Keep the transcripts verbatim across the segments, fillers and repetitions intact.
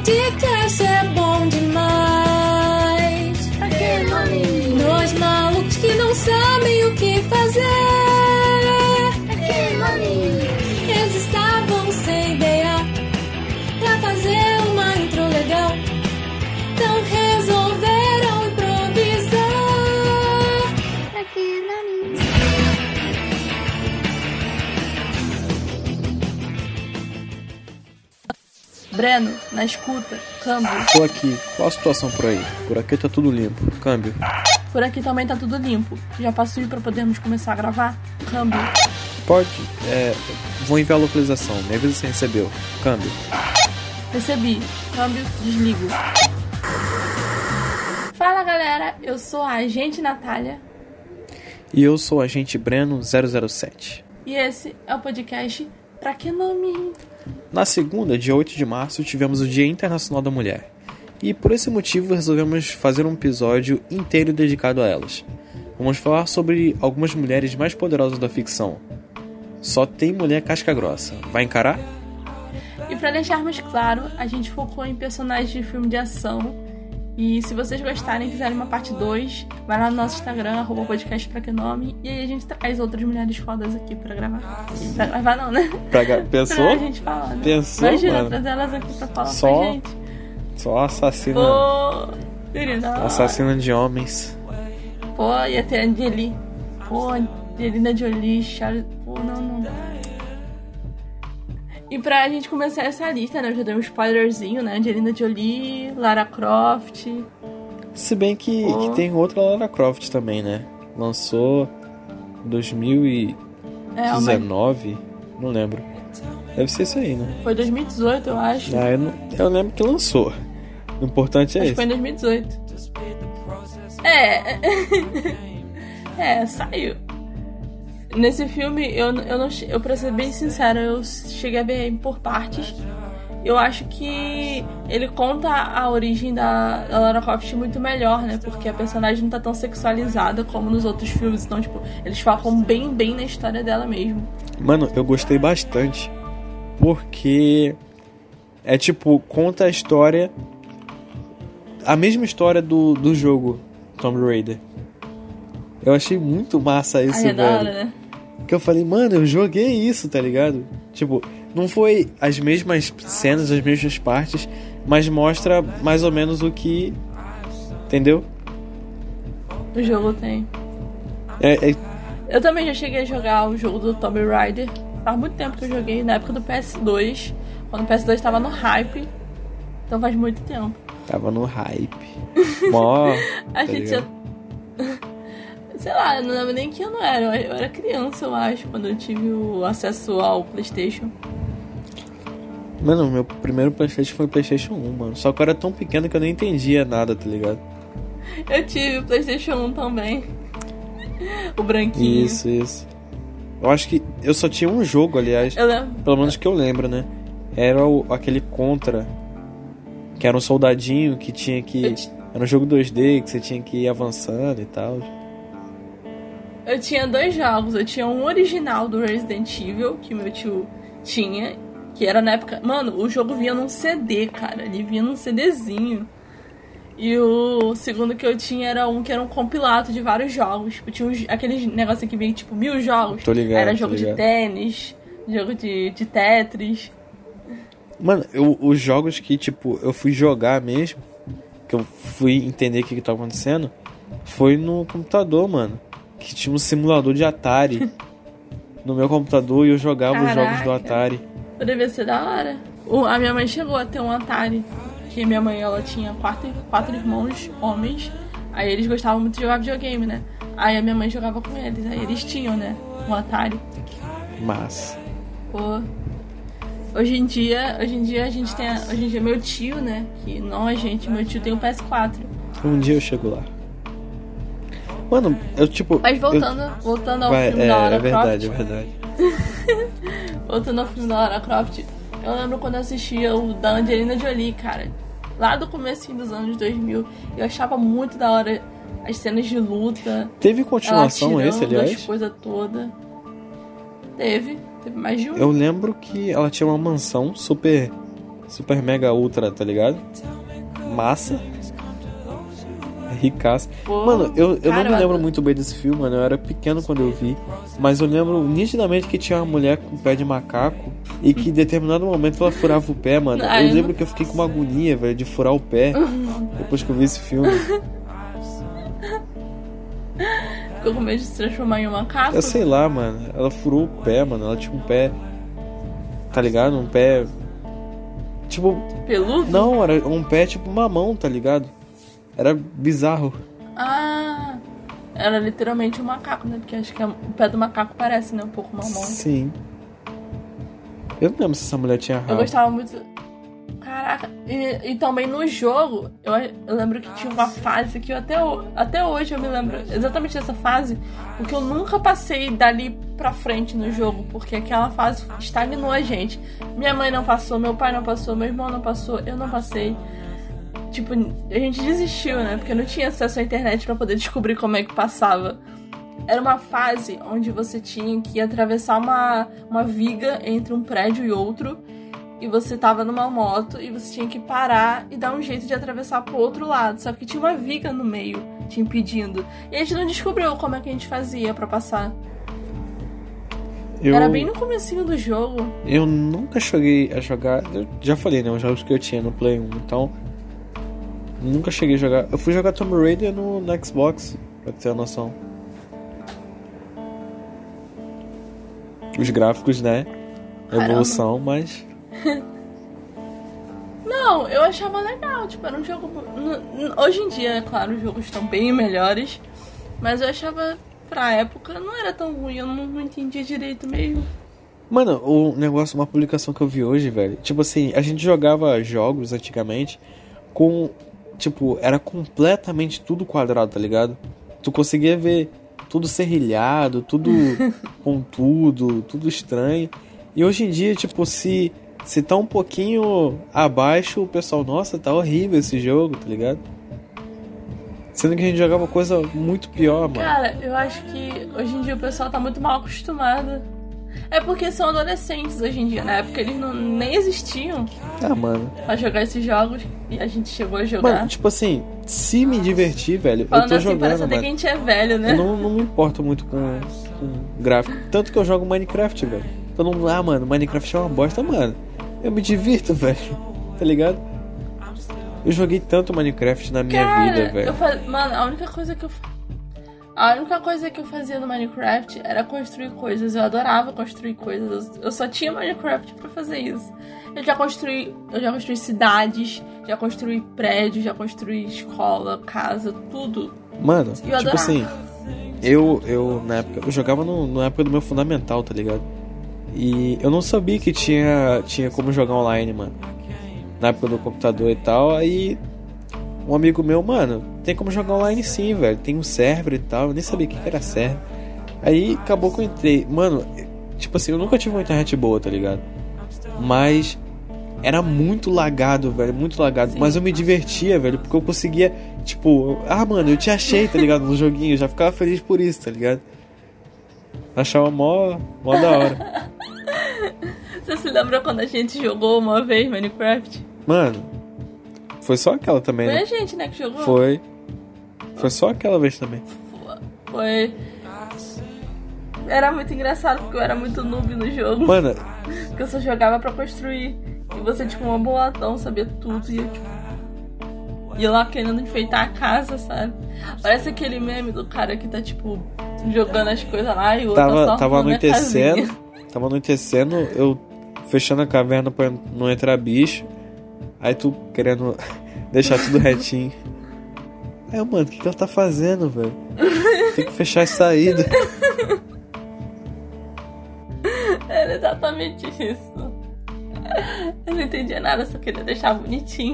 podcast é bom demais. Pra que nome? Dois malucos que não sabem o que fazer. Pra que nome? Eles estavam sem ideia pra fazer uma intro legal. Então resolveram improvisar. Pra que nome? Breno, na escuta, câmbio. Tô aqui. Qual a situação por aí? Por aqui tá tudo limpo. Câmbio. Por aqui também tá tudo limpo. Já passou pra podermos começar a gravar? Câmbio. Pode? É. Vou enviar a localização. Me avisa se recebeu. Câmbio. Recebi. Câmbio, desligo. Fala galera, eu sou a agente Natália. E eu sou o agente Breno zero zero sete. E esse é o podcast Pra Que Nome? Na segunda, dia oito de março, tivemos o Dia Internacional da Mulher. E por esse motivo resolvemos fazer um episódio inteiro dedicado a elas. Vamos falar sobre algumas mulheres mais poderosas da ficção. Só tem mulher casca grossa. Vai encarar? E pra deixarmos claro, a gente focou em personagens de filme de ação. E se vocês gostarem e quiserem uma parte dois, vai lá no nosso Instagram, arroba podcast pra que nome. E aí a gente traz outras mulheres fodas aqui pra gravar. Pra gravar não, né? Pra ga- Pensou? Pra gente falar, né? Pensou, Imagina, mano? trazer elas aqui pra falar Só- com a gente. Só assassina. Pô, querida. Assassina de homens. Pô, ia ter a Angeli. Pô, Angelina Jolie, Charles... Pô, não, não. E pra gente começar essa lista, né? Eu já dei um spoilerzinho, né? Angelina Jolie, Lara Croft. Se bem que, Pô. que tem outra Lara Croft também, né? Lançou em dois mil e dezenove. É, uma... Não lembro. Deve ser isso aí, né? Foi dois mil e dezoito, eu acho. Ah, eu, não, eu lembro que lançou. O importante é Acho que isso. foi em dois mil e dezoito. É. É, saiu. Nesse filme, eu, eu não. Eu, pra ser bem sincera, eu cheguei a ver por partes. Eu acho que ele conta a origem da, da Lara Croft muito melhor, né? Porque a personagem não tá tão sexualizada como nos outros filmes. Então, tipo, eles focam bem, bem na história dela mesmo. Mano, eu gostei bastante. Porque é tipo, conta a história. A mesma história do, do jogo Tomb Raider. Eu achei muito massa isso, Aí é da velho. hora, né? Que eu falei, mano, eu joguei isso, tá ligado? Tipo, não foi as mesmas cenas, as mesmas partes, mas mostra mais ou menos o que. Entendeu? O jogo tem. É, é, Eu também já cheguei a jogar o jogo do Tomb Raider. Faz muito tempo que eu joguei, na época do P S dois. Quando o P S dois tava no hype. Então faz muito tempo. tava no hype. Mó. A tá gente ligado? já... Sei lá, eu não lembro nem que ano era. Eu era criança, eu acho, quando eu tive o acesso ao PlayStation. Mano, meu primeiro PlayStation foi o PlayStation um, mano. Só que eu era tão pequeno que eu nem entendia nada, tá ligado? Eu tive o PlayStation um também. O branquinho. Isso, isso. Eu acho que eu só tinha um jogo, aliás. Eu lembro. Pelo menos que eu lembro, né? Era o, aquele Contra. Que era um soldadinho que tinha que... Eu t- Era um jogo dois D que você tinha que ir avançando e tal. Eu tinha dois jogos. Eu tinha um original do Resident Evil, que meu tio tinha, que era na época... Mano, o jogo vinha num C D, cara. Ele vinha num CDzinho. E o segundo que eu tinha era um que era um compilado de vários jogos. Tipo, tinha uns, aqueles negócios que vinha, tipo, mil jogos. Tô ligado, Era tô jogo ligado. de tênis, jogo de, de Tetris. Mano, eu, os jogos que, tipo, eu fui jogar mesmo, que eu fui entender o que que tava acontecendo, foi no computador, mano. Que tinha um simulador de Atari no meu computador e eu jogava os jogos do Caraca. Atari. Devia ser da hora. O, a minha mãe chegou a ter um Atari. Que minha mãe, ela tinha quatro, quatro irmãos homens. Aí eles gostavam muito de jogar videogame, né? Aí a minha mãe jogava com eles. Aí eles tinham, né? Um Atari. Mas, Pô. Hoje em dia, hoje em dia a gente tem... A, hoje em dia meu tio, né? Que não a gente, meu tio tem o P S quatro. um dia eu chego lá. Mano, eu tipo... Mas voltando, eu... voltando ao Vai, filme é, da Lara é verdade, Croft. é verdade. Voltando ao filme da Lara Croft, eu lembro quando eu assistia o da Angelina Jolie, cara. Lá do comecinho dos anos dois mil. Eu achava muito da hora as cenas de luta. Teve continuação ela esse, atirando, aliás? as coisas todas. Teve. Teve mais de um. Eu lembro que ela tinha uma mansão super super mega ultra, tá ligado? Massa. Ricaço. Pô, mano, eu, eu cara, não me lembro eu... muito bem desse filme, mano. Eu era pequeno quando eu vi. Mas eu lembro nitidamente que tinha uma mulher com pé de macaco. E que em determinado momento ela furava o pé, mano. Ai, eu lembro não... que eu fiquei com uma agonia, velho, de furar o pé. Depois que eu vi esse filme. Ficou com medo de se transformar em um macaco? Eu sei lá, mano. Ela furou o pé, mano. Ela tinha um pé... Tá ligado? Um pé... Tipo... Peludo? Não, era um pé tipo mamão, tá ligado? Era bizarro. Ah... Era literalmente um macaco, né? Porque acho que o pé do macaco parece, né? Um pouco mamão. Sim. Eu não lembro se essa mulher tinha rabo. Eu gostava muito... Caraca, e, e também no jogo, eu, eu lembro que tinha uma fase que eu até, até hoje eu me lembro exatamente dessa fase, porque eu nunca passei dali pra frente no jogo, porque aquela fase estagnou a gente. Minha mãe não passou, meu pai não passou, meu irmão não passou, eu não passei. Tipo, a gente desistiu, né? Porque não tinha acesso à internet pra poder descobrir como é que passava. Era uma fase onde você tinha que atravessar uma, uma viga entre um prédio e outro. E você tava numa moto e você tinha que parar e dar um jeito de atravessar pro outro lado. Só que tinha uma viga no meio te impedindo. E a gente não descobriu como é que a gente fazia pra passar. Eu... Era bem no comecinho do jogo. Eu nunca cheguei a jogar... Eu já falei, né? Os jogos que eu tinha no Play um. Então, nunca cheguei a jogar. Eu fui jogar Tomb Raider no, no Xbox, pra ter uma noção. Os gráficos, né? Evolução, mas... Não, eu achava legal, tipo, era um jogo... Hoje em dia, é claro, os jogos estão bem melhores, mas eu achava, pra época, não era tão ruim, eu não, não entendia direito mesmo. Mano, o negócio, uma publicação que eu vi hoje, velho, tipo assim, a gente jogava jogos antigamente com, tipo, era completamente tudo quadrado, tá ligado? Tu conseguia ver tudo serrilhado, tudo pontudo, tudo estranho. E hoje em dia, tipo, se... Se tá um pouquinho abaixo, o pessoal, nossa, tá horrível esse jogo, tá ligado? Sendo que a gente jogava coisa muito pior, mano. Cara, eu acho que hoje em dia o pessoal tá muito mal acostumado. É porque são adolescentes hoje em dia. Na época eles não, nem existiam. Ah, mano. Pra jogar esses jogos e a gente chegou a jogar. Mano, tipo assim, se me divertir, velho, Falando eu tô assim, jogando, parece mano. até que a gente é velho, né? Eu não, não me importo muito com, com gráfico. Tanto que eu jogo Minecraft, velho. Todo mundo, ah, mano, Minecraft é uma bosta, mano. Eu me divirto, velho. Tá ligado? Eu joguei tanto Minecraft na minha Cara, vida, velho. Eu faz... Mano, a única coisa que eu... A única coisa que eu fazia no Minecraft era construir coisas. Eu adorava construir coisas. Eu só tinha Minecraft pra fazer isso. Eu já construí... Eu já construí cidades, já construí prédios, já construí escola, casa, tudo. Mano, eu tipo adorava. assim... Eu, eu, na época... Eu jogava no, na época do meu fundamental, tá ligado? E eu não sabia que tinha, tinha como jogar online, mano. Na época do computador e tal. Aí um amigo meu, mano, tem como jogar online sim, velho. Tem um server e tal. Eu nem sabia o que era server. Aí acabou que eu entrei. Mano, tipo assim, eu nunca tive uma internet boa, tá ligado? Mas era muito lagado, velho. Muito lagado. Sim. Mas eu me divertia, velho. Porque eu conseguia, tipo... Ah, mano, eu te achei, tá ligado? No joguinho. Eu já ficava feliz por isso, tá ligado? Achava mó, mó da hora. Você se lembra quando a gente jogou uma vez Minecraft? Mano, foi só aquela também, foi né? Foi a gente, né, que jogou? Foi. Foi só aquela vez também. Foi. Era muito engraçado porque eu era muito noob no jogo. Mano. Porque eu só jogava pra construir. E você, tipo, uma boladão, sabia tudo. E eu, tipo... ia lá querendo enfeitar a casa, sabe? Parece aquele meme do cara que tá, tipo... jogando as coisas lá e o outro tava, só tava anoitecendo, tava anoitecendo, eu fechando a caverna pra não entrar bicho. Aí tu querendo deixar tudo retinho. Aí eu, mano, o que, que ela tá fazendo, velho? Tem que fechar as saídas. Era exatamente isso. Eu não entendia nada, só queria deixar bonitinho.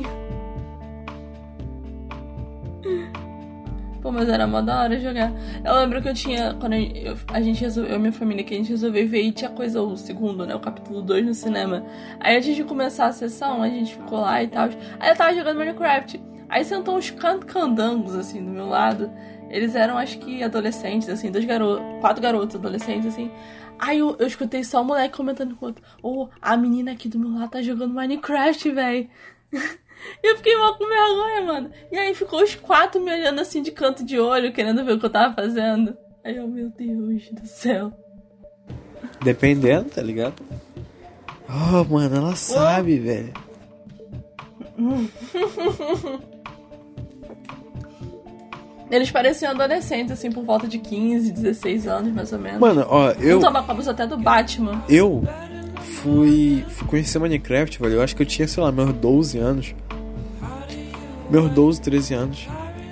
Pô, mas era mó da hora jogar. Eu lembro que eu tinha... Quando eu, a gente resolveu... Eu e minha família, que a gente resolveu ver e tinha coisa... O segundo, né? O capítulo dois no cinema. Aí antes de começar a sessão, a gente ficou lá e tal. Aí eu tava jogando Minecraft. Aí sentou uns candangos, assim, do meu lado. Eles eram, acho que, adolescentes, assim. Dois garotos... Quatro garotos adolescentes, assim. Aí eu, eu escutei só o moleque comentando com o outro. Oh, a menina aqui do meu lado tá jogando Minecraft, velho. Eu fiquei mal com vergonha, mano. E aí ficou os quatro me olhando assim de canto de olho, querendo ver o que eu tava fazendo. Aí eu, meu Deus do céu. Dependendo, tá ligado? Oh, mano, ela sabe, oh. velho. Eles pareciam adolescentes, assim, por volta de quinze, dezesseis anos, mais ou menos. Mano, ó, eu... Um tava com a blusa até do Batman. Eu fui, fui conhecer Minecraft, velho. Eu acho que eu tinha, sei lá, meus doze anos. Meus doze, treze anos.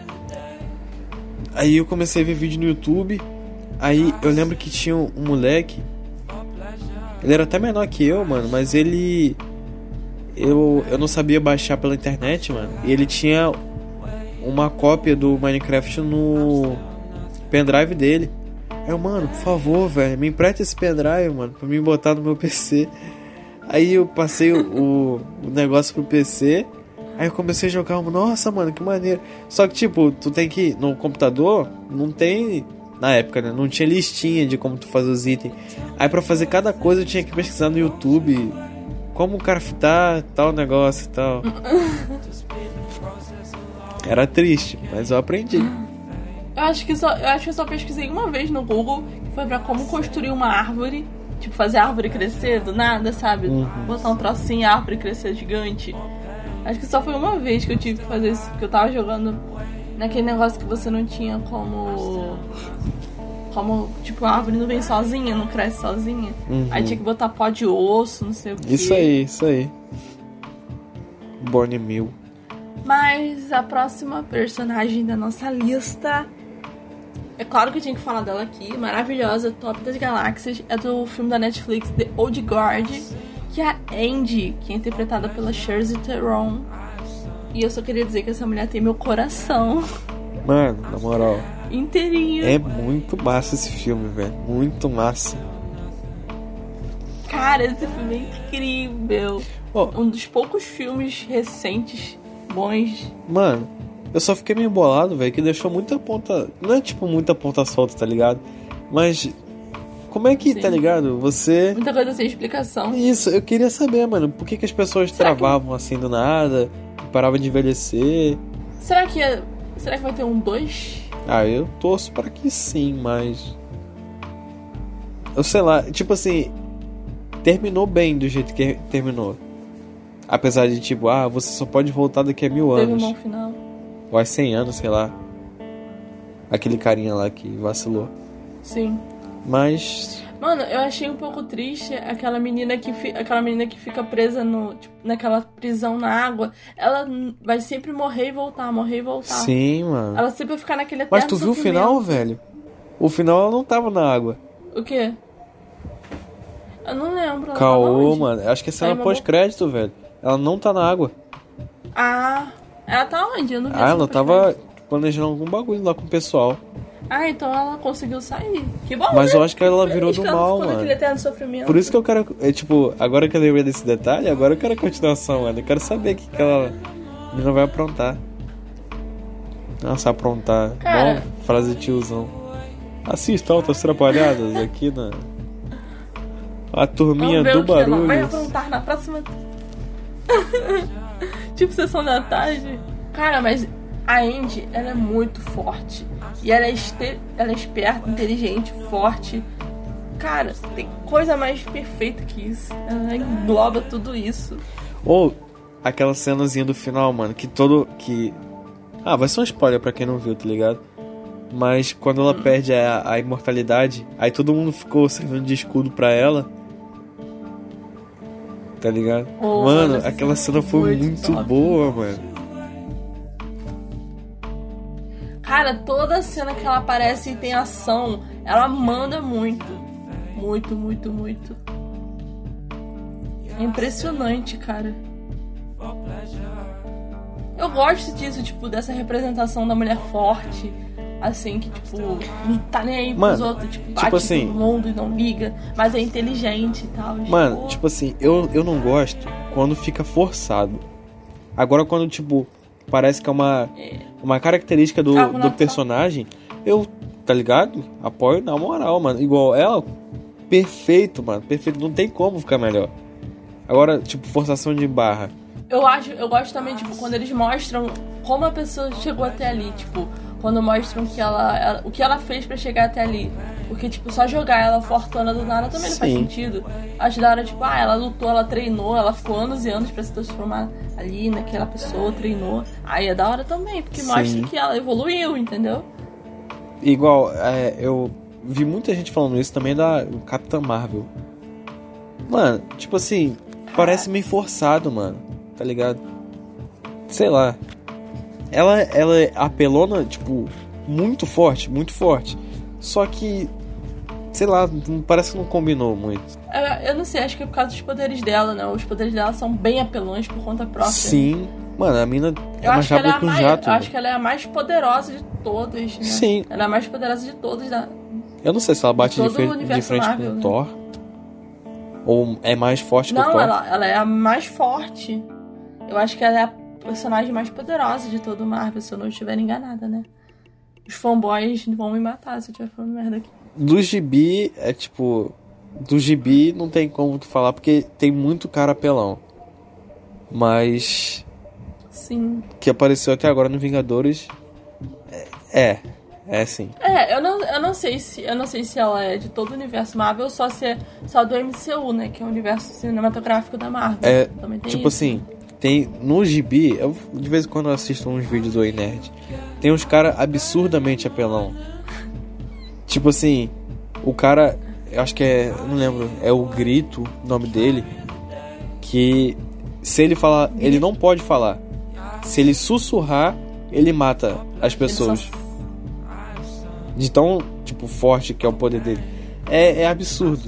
Aí eu comecei a ver vídeo no YouTube. Aí eu lembro que tinha um moleque. Ele era até menor que eu, mano, mas ele... Eu, eu não sabia baixar pela internet, mano. E ele tinha uma cópia do Minecraft no pendrive dele. Aí eu, mano, por favor, velho, me empresta esse pendrive, mano, pra me botar no meu P C. Aí eu passei o, o negócio pro P C. Aí eu comecei a jogar. Nossa, mano, que maneiro. Só que, tipo, tu tem que... No computador, não tem... Na época, né? Não tinha listinha de como tu fazer os itens. Aí pra fazer cada coisa eu tinha que pesquisar no YouTube como craftar tal negócio e tal. Era triste, mas eu aprendi. Eu acho que só, eu acho que eu só pesquisei uma vez no Google, que foi pra como construir uma árvore. Tipo, fazer a árvore crescer do nada, sabe? Uhum. Botar um trocinho, a árvore crescer gigante. Acho que só foi uma vez que eu tive que fazer isso, que eu tava jogando naquele negócio que você não tinha como... Como, tipo, a árvore não vem sozinha, não cresce sozinha. Uhum. Aí tinha que botar pó de osso, não sei o que. Isso aí, isso aí. Born Mill. Mas a próxima personagem da nossa lista... É claro que eu tinha que falar dela aqui. Maravilhosa, top das galáxias. É do filme da Netflix, The Old Guard. Que é a Andy, que é interpretada pela Charlize Theron. E eu só queria dizer que essa mulher tem meu coração. Mano, na moral... Inteirinho. É muito massa esse filme, velho. Muito massa. Cara, esse filme é incrível. Oh. Um dos poucos filmes recentes bons. Mano, eu só fiquei meio bolado, velho, que deixou muita ponta... Não é tipo muita ponta solta, tá ligado? Mas... Como é que, Sim. tá ligado? Você... Muita coisa sem explicação. Isso, eu queria saber, mano. Por que, que as pessoas Será travavam que... assim do nada? Paravam de envelhecer? Será que... É... Será que vai ter um dois? Ah, eu torço pra que sim, mas... Eu sei lá, tipo assim... Terminou bem do jeito que terminou. Apesar de tipo, ah, você só pode voltar daqui a mil Teve anos. um bom final. Ou a cem anos, sei lá. Aquele carinha lá que vacilou. Sim. Mas... Mano, eu achei um pouco triste aquela menina que, fi... aquela menina que fica presa no, tipo, naquela prisão na água. Ela vai sempre morrer e voltar, morrer e voltar. Sim, mano. Ela sempre vai ficar naquele eterno Mas tu viu sofrimento. O final, velho? O final ela não tava na água. O quê? Eu não lembro. Caô, mano. Acho que é cena pós-crédito, velho. Ela não tá na água. Ah, ela tá onde? Eu não vi. Ah, ela tava planejando algum bagulho lá com o pessoal. Ah, então ela conseguiu sair. Que bom, Mas né? eu acho que ela virou do mal, mano. Sofrimento. Por isso que eu quero... É, tipo, agora que eu lembrei desse detalhe, agora eu quero a continuação, mano. Eu quero saber o que, que ela não vai aprontar. Nossa, aprontar. Cara... Bom, frase de tiozão. Assista Altas Trapalhadas aqui na... A turminha do barulho. Ela vai aprontar na próxima... Tipo, sessão da tarde. Cara, mas... A Andy, ela é muito forte. E ela é, este... ela é esperta, inteligente, forte. Cara, tem coisa mais perfeita que isso. Ela engloba tudo isso. Ou aquela cenazinha do final, mano, que todo... que Ah, vai ser um spoiler pra quem não viu, tá ligado? Mas quando ela hum. perde a, a imortalidade, aí todo mundo ficou servindo de escudo pra ela. Tá ligado? Oh, mano, mano aquela cena foi muito, muito boa, mano. Cara, toda cena que ela aparece e tem ação, ela manda muito. Muito, muito, muito. É impressionante, cara. Eu gosto disso, tipo, dessa representação da mulher forte. Assim, que, tipo, não tá nem aí pros Mano, outros. Tipo, bate tipo assim, todo mundo e não liga. Mas é inteligente e tal. Mano, tipo, tipo assim, eu, eu não gosto quando fica forçado. Agora, quando, tipo... Parece que é uma, uma característica do, do personagem. Eu, tá ligado? Apoio na moral, mano. Igual ela perfeito, mano. Perfeito. Não tem como ficar melhor. Agora, tipo, forçação de barra. Eu acho, eu gosto também, tipo, quando eles mostram como a pessoa chegou até ali, tipo, quando mostram que ela, ela, o que ela fez pra chegar até ali. Porque, tipo, só jogar ela fortuna do nada também não Sim. faz sentido. Acho da hora, tipo, ah, ela lutou, ela treinou, ela ficou anos e anos pra se transformar ali naquela pessoa, treinou. Aí é da hora também, porque Sim. mostra que ela evoluiu, entendeu? Igual, é, eu vi muita gente falando isso também da Capitã Marvel. Mano, tipo assim, parece meio forçado, mano. Tá ligado? Sei lá. Ela, ela é apelona, tipo, muito forte, muito forte. Só que, sei lá, parece que não combinou muito. Eu, eu não sei, acho que é por causa dos poderes dela, né? Os poderes dela são bem apelões por conta própria. Sim. Mano, a mina é eu mais acho que ela é rápida a que um mais, jato. Eu acho que ela é a mais poderosa de todas, né? Sim. Ela é a mais poderosa de todas da... Eu não sei se ela bate de, todo o frente, de universo frente Marvel, com o né? Thor. Ou é mais forte que o Não, Thor. ela, ela é a mais forte. Eu acho que ela é a personagem mais poderosa de todo o Marvel, se eu não estiver enganada, né? Os fanboys vão me matar se eu estiver falando merda aqui. Do gibi, é tipo... Do gibi não tem como tu falar, porque tem muito cara apelão. Mas... Sim. Que apareceu até agora no Vingadores... É, é sim. É, eu não, eu não sei se eu não sei se ela é de todo o universo Marvel ou só se é só do M C U, né? Que é o universo cinematográfico da Marvel. É, também tem tipo isso. assim... Tem, no gibi, eu de vez em quando eu assisto uns vídeos do Ei Nerd, tem uns caras absurdamente apelão. Tipo assim, o cara, eu acho que é, eu não lembro, é o Grito, o nome dele, que se ele falar, ele não pode falar. Se ele sussurrar, ele mata as pessoas. Só... De tão, tipo, forte que é o poder dele. É, é absurdo.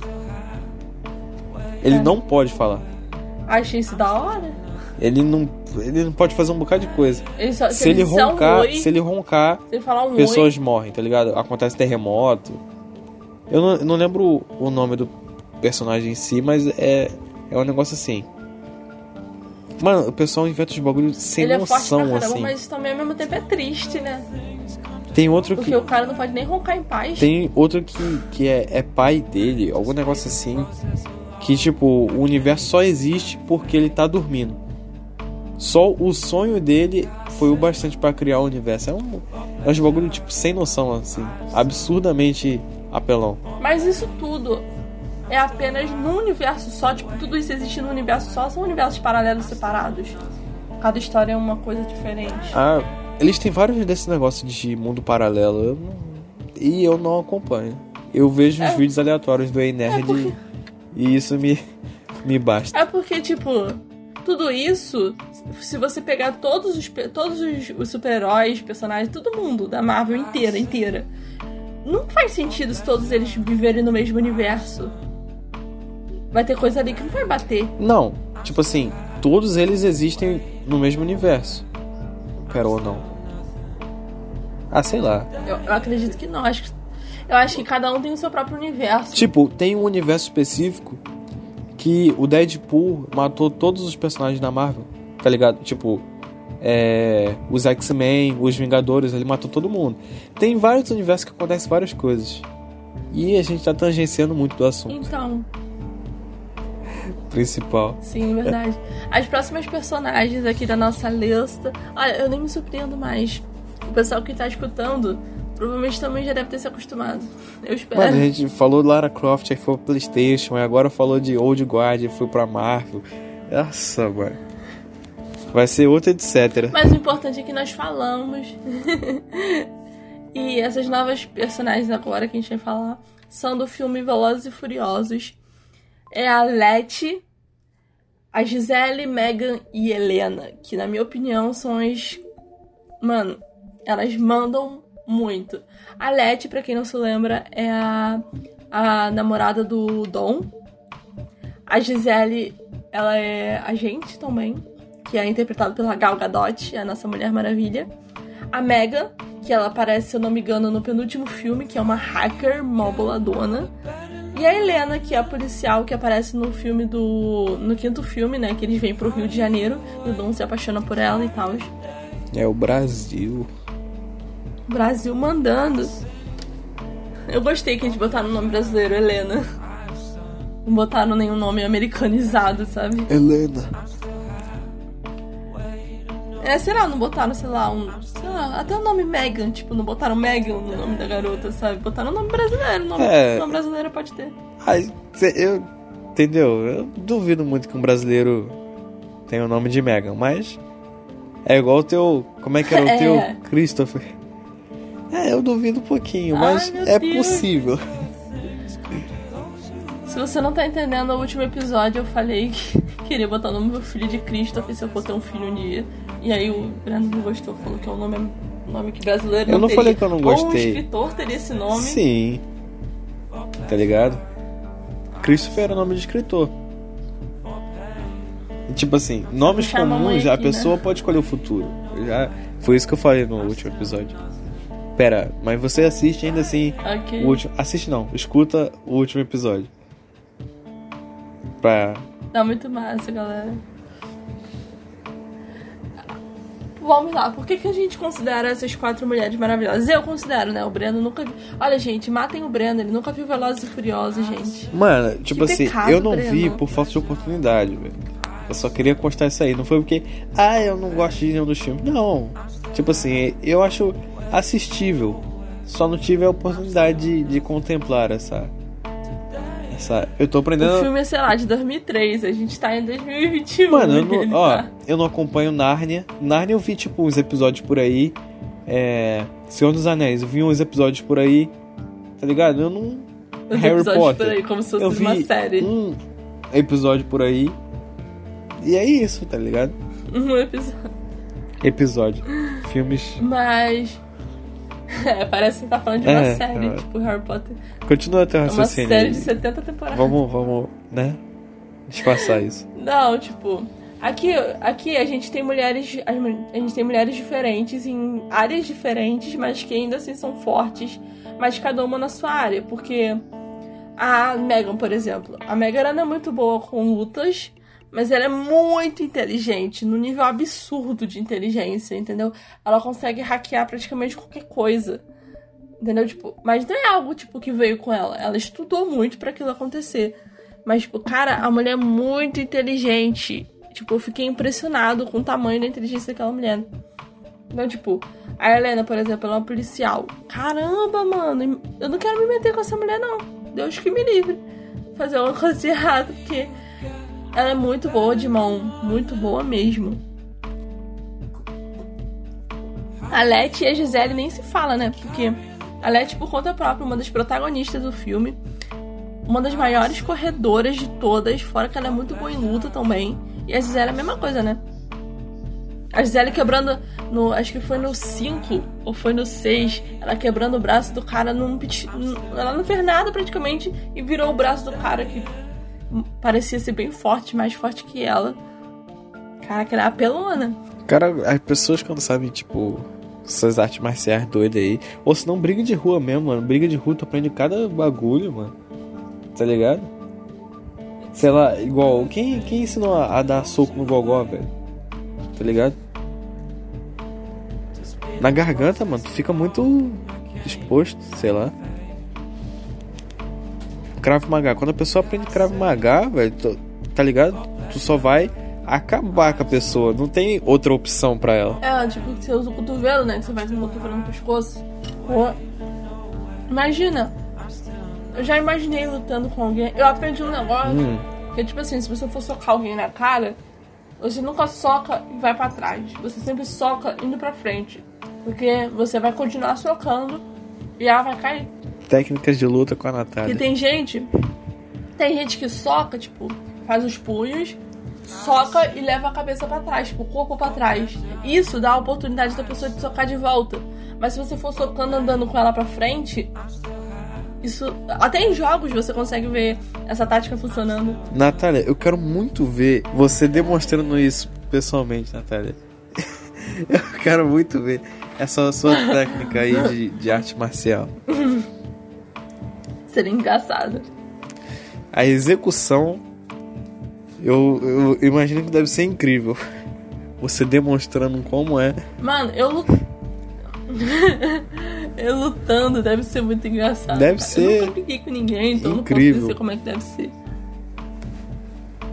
Ele é. não pode falar. Achei isso da hora. Ele não, ele não pode fazer um bocado de coisa. Ele só, se, se ele roncar, um oi, se ele roncar, se ele falar um pessoas oi. morrem, tá ligado? Acontece terremoto. Eu não, eu não lembro o nome do personagem em si, mas é, é um negócio assim. Mano, o pessoal inventa os bagulhos sem ele noção, é forte pra caramba, assim. mas isso também ao mesmo tempo é triste, né? Tem outro Porque que... o cara não pode nem roncar em paz. Tem outro que, que é, é pai dele, algum negócio assim. Que, tipo, o universo só existe porque ele tá dormindo. Só o sonho dele foi o bastante pra criar o universo. É um, é um bagulho, tipo, sem noção, assim. Absurdamente apelão. Mas isso tudo é apenas num universo só. Tipo, tudo isso existe num universo só. São universos paralelos separados. Cada história é uma coisa diferente. Ah, eles têm vários desses negócios de mundo paralelo. Eu não, e eu não acompanho. Eu vejo é, os vídeos aleatórios do Ei Nerd é porque... e isso me, me basta. É porque, tipo... Tudo isso, se você pegar todos os, todos os, os super-heróis, personagens, todo mundo da Marvel inteira, inteira, não faz sentido se todos eles viverem no mesmo universo. Vai ter coisa ali que não vai bater. Não, tipo assim, todos eles existem no mesmo universo. Quero ou não. Ah, sei lá. Eu, eu acredito que não. Acho que, eu acho que cada um tem o seu próprio universo. Tipo, tem um universo específico que o Deadpool matou todos os personagens da Marvel, tá ligado? Tipo, é, os X-Men, os Vingadores, ele matou todo mundo. Tem vários universos que acontecem várias coisas. E a gente tá tangenciando muito do assunto. Então. Principal. Sim, verdade. As próximas personagens aqui da nossa lista... Olha, eu nem me surpreendo mais. O pessoal que tá escutando... Provavelmente também já deve ter se acostumado. Eu espero. Mano, a gente falou Lara Croft, aí foi pro PlayStation, aí agora falou de Old Guard, aí foi pra Marvel. Nossa, mano. Vai ser outra, etcétera. Mas o importante é que nós falamos. E essas novas personagens agora que a gente vai falar são do filme Velozes e Furiosos. É a Letty, a Gisele, Megan e Helena. Que, na minha opinião, são as... Mano, elas mandam... muito. A Letty, pra quem não se lembra, é a, a namorada do Dom. A Gisele, ela é agente também, que é interpretada pela Gal Gadot, a nossa Mulher Maravilha. A Megan, que ela aparece, se eu não me engano, no penúltimo filme, que é uma hacker mó boladona. E a Helena, que é a policial que aparece no filme do... no quinto filme, né? Que eles vêm pro Rio de Janeiro e o Dom se apaixona por ela e tal. É o Brasil. Brasil mandando. Eu gostei que a gente botaram no nome brasileiro, Helena. Não botaram nenhum nome americanizado, sabe? Helena. É, sei lá, não botaram, sei lá, um... Sei lá, até o nome Megan, tipo, não botaram Megan no nome da garota, sabe? Botaram o nome brasileiro, o nome, é... nome brasileiro pode ter. Ai, eu... Entendeu? Eu duvido muito que um brasileiro tenha o nome de Megan, mas... É igual o teu... Como é que era o é. teu? Christopher. É, eu duvido um pouquinho, mas Ai, é Deus. possível. Se você não tá entendendo, no último episódio eu falei que queria botar o nome do meu filho de Christopher se eu for ter um filho um dia. E aí o Breno não gostou, falou que é um nome, um nome que brasileiro não Eu não teria. falei que eu não gostei. Ou um escritor teria esse nome. Sim. Tá ligado? Christopher era o nome de escritor. E, tipo assim, nomes comuns, a aqui, pessoa né? pode escolher o futuro. Já foi isso que eu falei no último episódio. Pera, mas você assiste ainda assim Ok. o último. Assiste não, escuta o último episódio. Pra... Tá muito massa, galera. Vamos lá, por que, que a gente considera essas quatro mulheres maravilhosas? Eu considero, né? O Breno nunca... Olha, gente, matem o Breno, ele nunca viu Velozes e Furiosos, gente. Mano, tipo Que assim, pecado, eu não Breno. vi por falta de oportunidade, velho. Eu só queria constar isso aí. Não foi porque, ah, eu não gosto de nenhum dos filmes. Não. Tipo assim, eu acho assistível. Só não tive a oportunidade de, de contemplar essa... essa... Eu tô aprendendo... O filme é, sei lá, de dois mil e três, a gente tá em dois mil e vinte e um. Mano, eu não, ele ó, tá. eu não acompanho Nárnia. Nárnia eu vi, tipo, uns episódios por aí. É... Senhor dos Anéis, eu vi uns episódios por aí. Tá ligado? Eu não... Os Harry episódios Potter. por aí, como se fosse eu vi uma série. um episódio por aí. E é isso, tá ligado? Um episódio. Episódio. Filmes. Mas... É, parece que tá falando de uma É, série, é. tipo Harry Potter. Continua teu É uma raciocínio série aí. de setenta temporadas. Vamos, vamos, né? Disfarçar isso. Não, tipo... Aqui, aqui a gente tem mulheres... A gente tem mulheres diferentes em áreas diferentes, mas que ainda assim são fortes. Mas cada uma na sua área. Porque a Megan, por exemplo. A Megan ela não é muito boa com lutas... Mas ela é muito inteligente, no nível absurdo de inteligência, entendeu? Ela consegue hackear praticamente qualquer coisa, entendeu? Tipo, mas não é algo, tipo, que veio com ela. Ela estudou muito pra aquilo acontecer. Mas, tipo, cara, a mulher é muito inteligente. Tipo, eu fiquei impressionado com o tamanho da inteligência daquela mulher. Então, tipo, a Helena, por exemplo, ela é uma policial. Caramba, mano, eu não quero me meter com essa mulher, não. Deus que me livre. Fazer uma coisa de errado, porque... Ela é muito boa de mão, muito boa mesmo. A Letty e a Gisele nem se fala, né? Porque a Letty, por conta própria, uma das protagonistas do filme, uma das maiores corredoras de todas, fora que ela é muito boa em luta também. E a Gisele é a mesma coisa, né? A Gisele quebrando, no, acho que foi no cinco ou foi no seis, ela quebrando o braço do cara num pit... Ela não fez nada praticamente e virou o braço do cara que parecia ser bem forte, mais forte que ela. Caraca, ela é apelona. Cara, as pessoas quando sabem, tipo, essas artes marciais doidas aí, ou se não, briga de rua mesmo, mano. Briga de rua, tu aprende cada bagulho, mano. Tá ligado? Sei lá, igual, quem, quem ensinou a, a dar soco no gogó, velho? Tá ligado? Na garganta, mano, tu fica muito exposto, sei lá. Krav Maga, quando a pessoa aprende Krav Maga, velho, tu, tá ligado? Tu só vai acabar com a pessoa, não tem outra opção pra ela. É, tipo, você usa o cotovelo, né? Que você vai com o cotovelo no pescoço. Pô. Imagina, eu já imaginei lutando com alguém. Eu aprendi um negócio Hum. que é tipo assim, se você for socar alguém na cara, você nunca soca e vai pra trás. Você sempre soca indo pra frente. Porque você vai continuar socando e ela vai cair. Técnicas de luta com a Natália. Porque tem gente... Tem gente que soca, tipo, faz os punhos, soca e leva a cabeça pra trás, tipo, o corpo pra trás. Isso dá a oportunidade da pessoa de socar de volta. Mas se você for socando andando com ela pra frente... Isso... Até em jogos você consegue ver essa tática funcionando. Natália, eu quero muito ver você demonstrando isso pessoalmente, Natália. Eu quero muito ver essa sua técnica aí de, de arte marcial. Seria engraçado. A execução, eu, eu imagino que deve ser incrível. Você demonstrando como é. Mano, eu lut... eu lutando deve ser muito engraçado. Deve cara. ser Eu nunca briguei com ninguém, então incrível. não posso dizer como é que deve ser.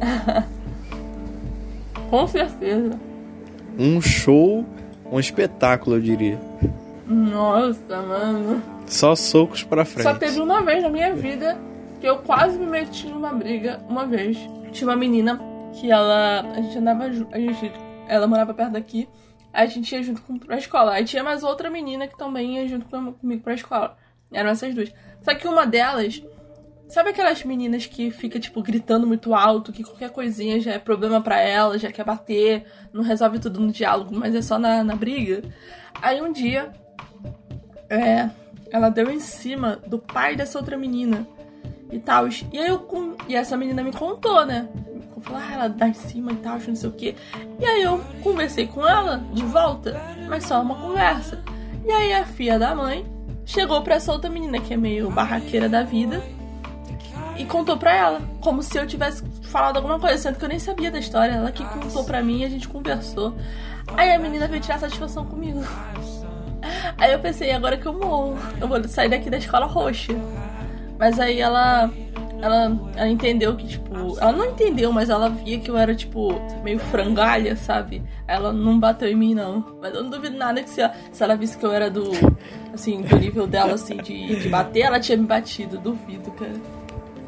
Com certeza. Um show, um espetáculo, eu diria. Nossa, mano. Só socos pra frente. Só teve uma vez na minha vida que eu quase me meti numa briga. Uma vez. Tinha uma menina que ela... A gente andava junto. A gente, ela morava perto daqui. Aí a gente ia junto com, pra escola. Aí tinha mais outra menina que também ia junto comigo pra escola. Eram essas duas. Só que uma delas... Sabe aquelas meninas que fica, tipo, gritando muito alto, que qualquer coisinha já é problema pra ela, já quer bater, não resolve tudo no diálogo, mas é só na, na briga? Aí um dia, é, ela deu em cima do pai dessa outra menina e tal. E aí eu, e essa menina me contou, né? Falou, ah, ela dá em cima e tal, não sei o quê. E aí eu conversei com ela de volta, mas só uma conversa. E aí a filha da mãe chegou pra essa outra menina, que é meio barraqueira da vida, e contou pra ela, como se eu tivesse falado alguma coisa, sendo que eu nem sabia da história. Ela que contou pra mim e a gente conversou. Aí a menina veio tirar satisfação comigo. Aí eu pensei, agora que eu morro, eu vou sair daqui da escola roxa. Mas aí ela, ela, ela entendeu que, tipo... Ela não entendeu, mas ela via que eu era, tipo, meio frangalha, sabe? Ela não bateu em mim, não. Mas eu não duvido nada que se ela, se ela visse que eu era do... Assim, do nível dela, assim, de, de bater, ela tinha me batido. Duvido, cara.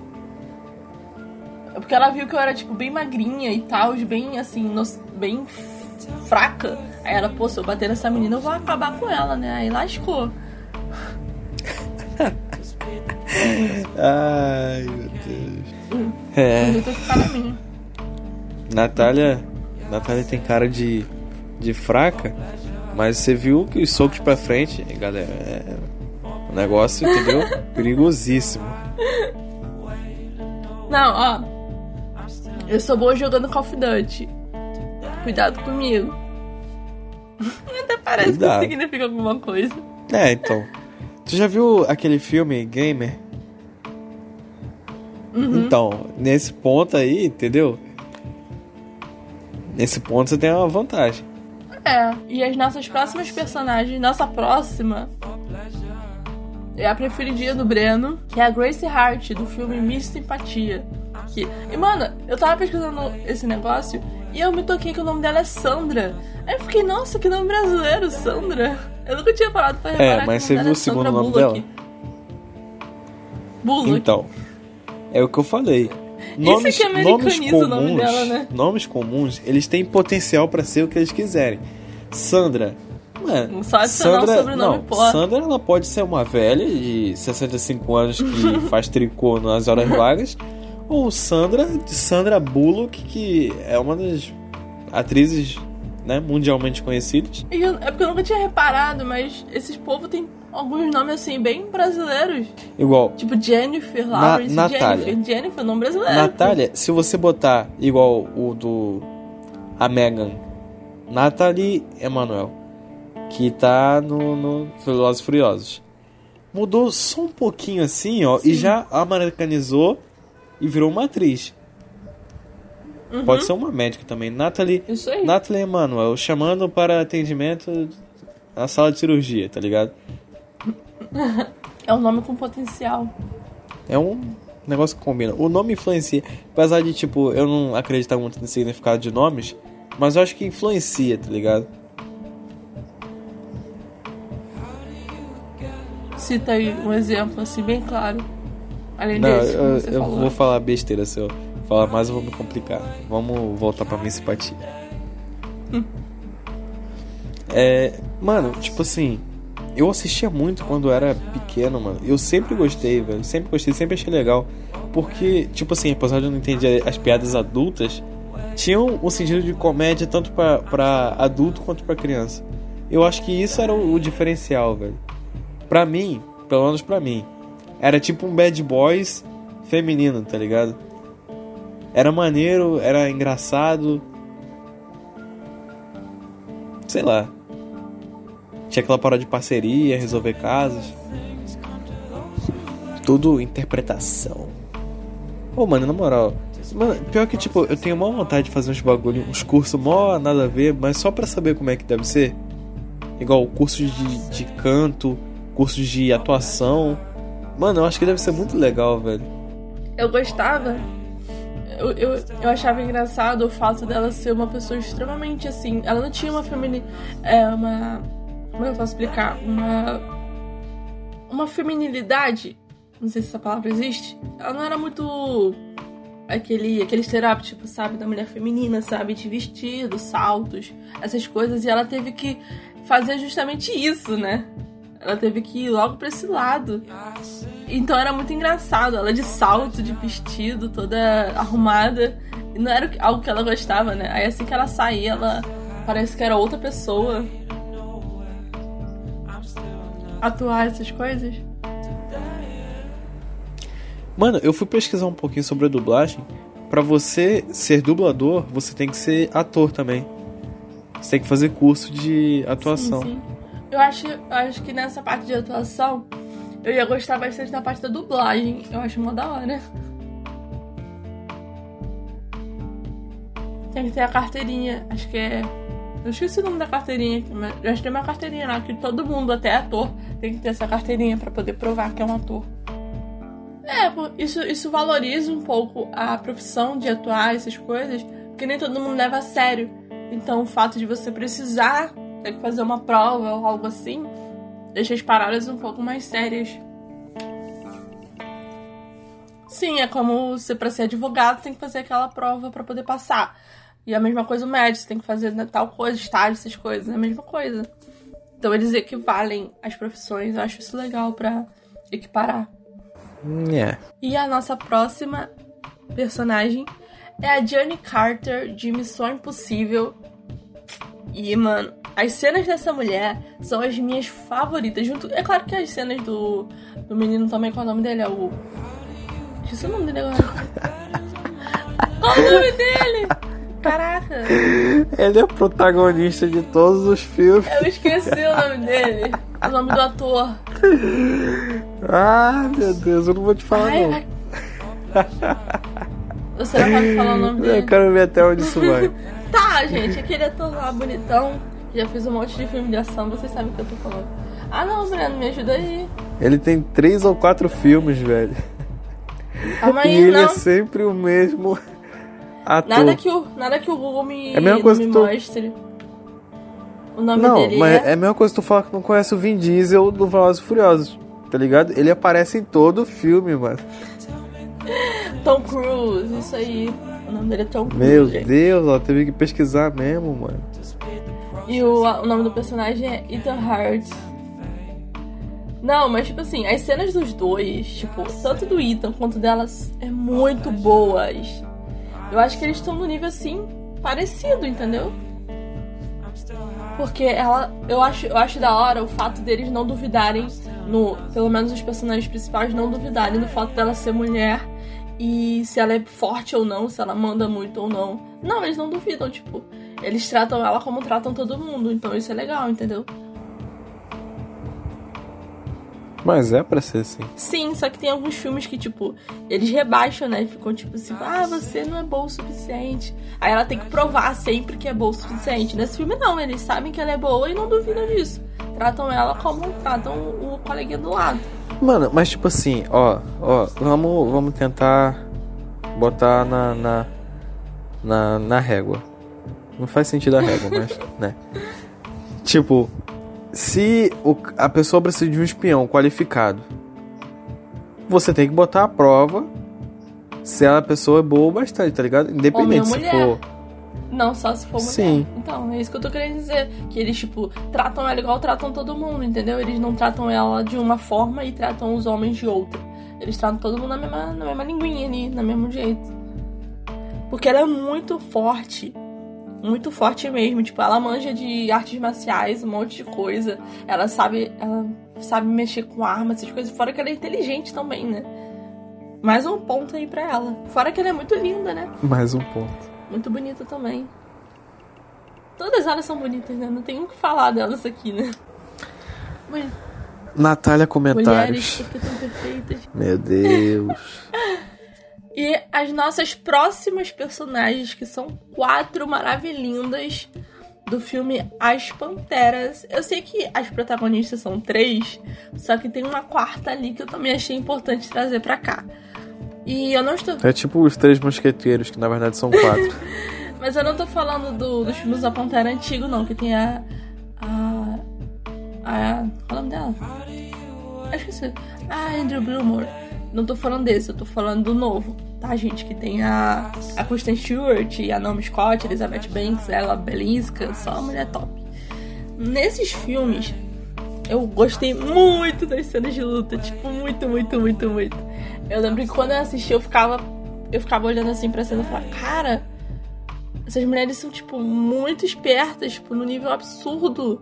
Porque ela viu que eu era, tipo, bem magrinha e tal, bem, assim, no, bem fraca. Aí ela, pô, se eu bater nessa menina, eu vou acabar com ela, né? Aí lascou. Ai, meu Deus. Hum, é. Eu tô ficando na minha. Natália, Natália tem cara de, de fraca, mas você viu que os socos pra frente, galera, é um negócio, entendeu? Perigosíssimo. Não, ó. Eu sou boa jogando Call of Duty. Cuidado comigo. Até parece Cuidado. Que significa alguma coisa. É, então. Tu já viu aquele filme Gamer? Uhum. Então, nesse ponto aí, entendeu? Nesse ponto você tem uma vantagem. É, e as nossas próximas personagens, nossa próxima é a preferidinha do Breno, que é a Grace Hart, do filme Miss Simpatia. Que... E, mano, eu tava pesquisando esse negócio e eu me toquei que o nome dela é Sandra. Aí eu fiquei, nossa, que nome brasileiro, Sandra. Eu nunca tinha parado pra reparar. É, mas que você o nome viu o dela é segundo Sandra nome Bullock. dela? Bullock. Então, é o que eu falei. Nomes, Isso aqui é nomes americaniza comuns, o nome dela, né? nomes comuns, eles têm potencial pra ser o que eles quiserem. Sandra, mano, Só adicionar Sandra, o sobrenome, não, pô. Sandra, ela pode ser uma velha de sessenta e cinco anos que faz tricô nas horas vagas, ou Sandra, de Sandra Bullock, que é uma das atrizes, né, mundialmente conhecidas. E eu, é porque eu nunca tinha reparado, mas esses povos têm alguns nomes assim, bem brasileiros. Igual Tipo Jennifer Lawrence. Na, Natália. Jennifer, Jennifer, nome brasileiro. Natália, se você botar igual o do... A Megan. Nathalie Emmanuel. Que tá no, no Velozes e Furiosos. Mudou só um pouquinho assim, ó. Sim. E já americanizou e virou uma atriz. Uhum. Pode ser uma médica também. Nathalie, Isso aí. Nathalie Emmanuel, chamando para atendimento na sala de cirurgia, tá ligado? É um nome com potencial. É um negócio que combina. O nome influencia. Apesar de, tipo, eu não acreditar muito no significado de nomes, mas eu acho que influencia, tá ligado? Cita aí um exemplo, assim, bem claro. Além Não, desse, eu, você eu falou. vou falar besteira, se eu falar mais eu vou me complicar. Vamos voltar pra minha simpatia. Hum. É, mano, tipo assim, eu assistia muito quando eu era pequeno, mano. Eu sempre gostei, velho. Sempre gostei, sempre achei legal. Porque, tipo assim, apesar de eu não entender as piadas adultas, tinham um sentido de comédia tanto pra, pra adulto quanto pra criança. Eu acho que isso era o, o diferencial, velho. Pra mim, pelo menos pra mim, era tipo um Bad Boys feminino, tá ligado? Era maneiro, era engraçado. Sei lá. Tinha aquela parada de parceria, resolver casos. Tudo interpretação. Ô, mano, na moral, mano, pior que, tipo, eu tenho maior vontade de fazer uns bagulho, uns cursos mó nada a ver, mas só pra saber como é que deve ser. Igual cursos de, de canto, cursos de atuação. Mano, eu acho que deve ser muito legal, velho. Eu gostava eu, eu, eu achava engraçado o fato dela ser uma pessoa extremamente assim. Ela não tinha uma feminilidade. É, uma. Como eu posso explicar? Uma. Uma feminilidade. Não sei se essa palavra existe. Ela não era muito. Aquele, aquele estereótipo, sabe? Da mulher feminina, sabe? De vestido, saltos, essas coisas. E ela teve que fazer justamente isso, né? Ela teve que ir logo pra esse lado. Então era muito engraçado. Ela de salto, de vestido, toda arrumada. E não era algo que ela gostava, né? Aí assim que ela saía, ela parece que era outra pessoa. Atuar essas coisas. Mano, eu fui pesquisar um pouquinho sobre a dublagem. Pra você ser dublador, você tem que ser ator também. Você tem que fazer curso de atuação. Sim, sim. Eu acho, eu acho que nessa parte de atuação, eu ia gostar bastante da parte da dublagem. Eu acho mó da hora. Tem que ter a carteirinha. Acho que é... Eu esqueci o nome da carteirinha. Mas eu acho que tem uma carteirinha lá que todo mundo, até ator, tem que ter essa carteirinha pra poder provar que é um ator. É, isso, isso valoriza um pouco a profissão de atuar, essas coisas, porque nem todo mundo leva a sério. Então o fato de você precisar ter que fazer uma prova ou algo assim, deixa as paradas um pouco mais sérias. Sim, é como você, pra ser advogado, tem que fazer aquela prova pra poder passar. E a mesma coisa o médico, você tem que fazer tal coisa, estágio, essas coisas, é a mesma coisa. Então eles equivalem as profissões, eu acho isso legal pra equiparar. Yeah. E a nossa próxima personagem é a Johnny Carter de Missão Impossível. E, mano, as cenas dessa mulher são as minhas favoritas. Junto, é claro que as cenas do, do menino também, qual é o nome dele? É o... Esqueci o nome dele agora. Qual é o nome dele? Caraca. Ele é o protagonista de todos os filmes. Eu esqueci o nome dele. O nome do ator. Ah, meu Deus, eu não vou te falar. Ai, não. Ai. Você não pode falar o nome dele? Eu quero ver até onde isso vai. Tá, gente, aquele ator lá bonitão. Já fiz um monte de filme de ação, vocês sabem o que eu tô falando. Ah não, Breno, me ajuda aí. Ele tem três ou quatro filmes, velho. Calma aí, e ele não. é sempre o mesmo ator. Nada que o, nada que o Google me, é a mesma coisa me que tu... mostre. O nome não, dele mas é... é a mesma coisa que tu fala que não conhece o Vin Diesel do Velozes e Furiosos, tá ligado? Ele aparece em todo filme, mano. Tom Cruise, isso aí. O nome dele é Tom Cruise. Meu gente. Deus, ela teve que pesquisar mesmo, mano. E o, o nome do personagem é Ethan Hart. Não, mas tipo assim, as cenas dos dois, tipo, tanto do Ethan quanto delas, é muito boas. Eu acho que eles estão no nível assim, parecido, entendeu? Porque ela, eu acho, eu acho da hora o fato deles não duvidarem, no, pelo menos os personagens principais não duvidarem do fato dela ser mulher e se ela é forte ou não, se ela manda muito ou não. Não, eles não duvidam, tipo, eles tratam ela como tratam todo mundo, então isso é legal, entendeu? Mas é pra ser assim. Sim, só que tem alguns filmes que, tipo, eles rebaixam, né? Ficam tipo assim, ah, você não é boa o suficiente. Aí ela tem que provar sempre que é boa o suficiente. Nesse filme não, eles sabem que ela é boa e não duvidam disso. Tratam ela como tratam o coleguinha do lado. Mano, mas tipo assim, ó, ó, vamos, vamos tentar botar na, na, na, na régua. Não faz sentido a régua, mas, né? Tipo... Se o, a pessoa precisa de um espião qualificado, você tem que botar a prova se a pessoa é boa bastante, tá ligado? Independente se for... Não, só se for mulher. Sim. Então, é isso que eu tô querendo dizer. Que eles, tipo, tratam ela igual tratam todo mundo, entendeu? Eles não tratam ela de uma forma e tratam os homens de outra. Eles tratam todo mundo na mesma, na mesma linguinha ali, no mesmo jeito. Porque ela é muito forte. Muito forte mesmo, tipo, ela manja de artes marciais, um monte de coisa. Ela sabe, ela sabe mexer com armas, essas coisas. Fora que ela é inteligente também, né? Mais um ponto aí pra ela. Fora que ela é muito linda, né? Mais um ponto. Muito bonita também. Todas elas são bonitas, né? Não tem o que falar delas aqui, né? Mas... Natália, comentários. Mulheres, porque tão perfeitas. Meu Deus. E as nossas próximas personagens, que são quatro maravilhindas do filme As Panteras. Eu sei que as protagonistas são três, só que tem uma quarta ali que eu também achei importante trazer pra cá. E eu não estou... É tipo os Três Mosqueteiros, que na verdade são quatro. Mas eu não tô falando do, dos filmes da Pantera antigo, não, que tem a... A... a qual é o nome dela? Acho que é a Andrew Barrymore. Não tô falando desse, eu tô falando do novo, tá, gente? Que tem a, a Kristen Stewart, a Naomi Scott, Elizabeth Banks, ela, Belinska, só uma mulher top. Nesses filmes, eu gostei muito das cenas de luta, tipo, muito, muito, muito, muito. Eu lembro que quando eu assisti, eu ficava, eu ficava olhando assim pra cena e falava, cara, essas mulheres são, tipo, muito espertas, tipo, no nível absurdo.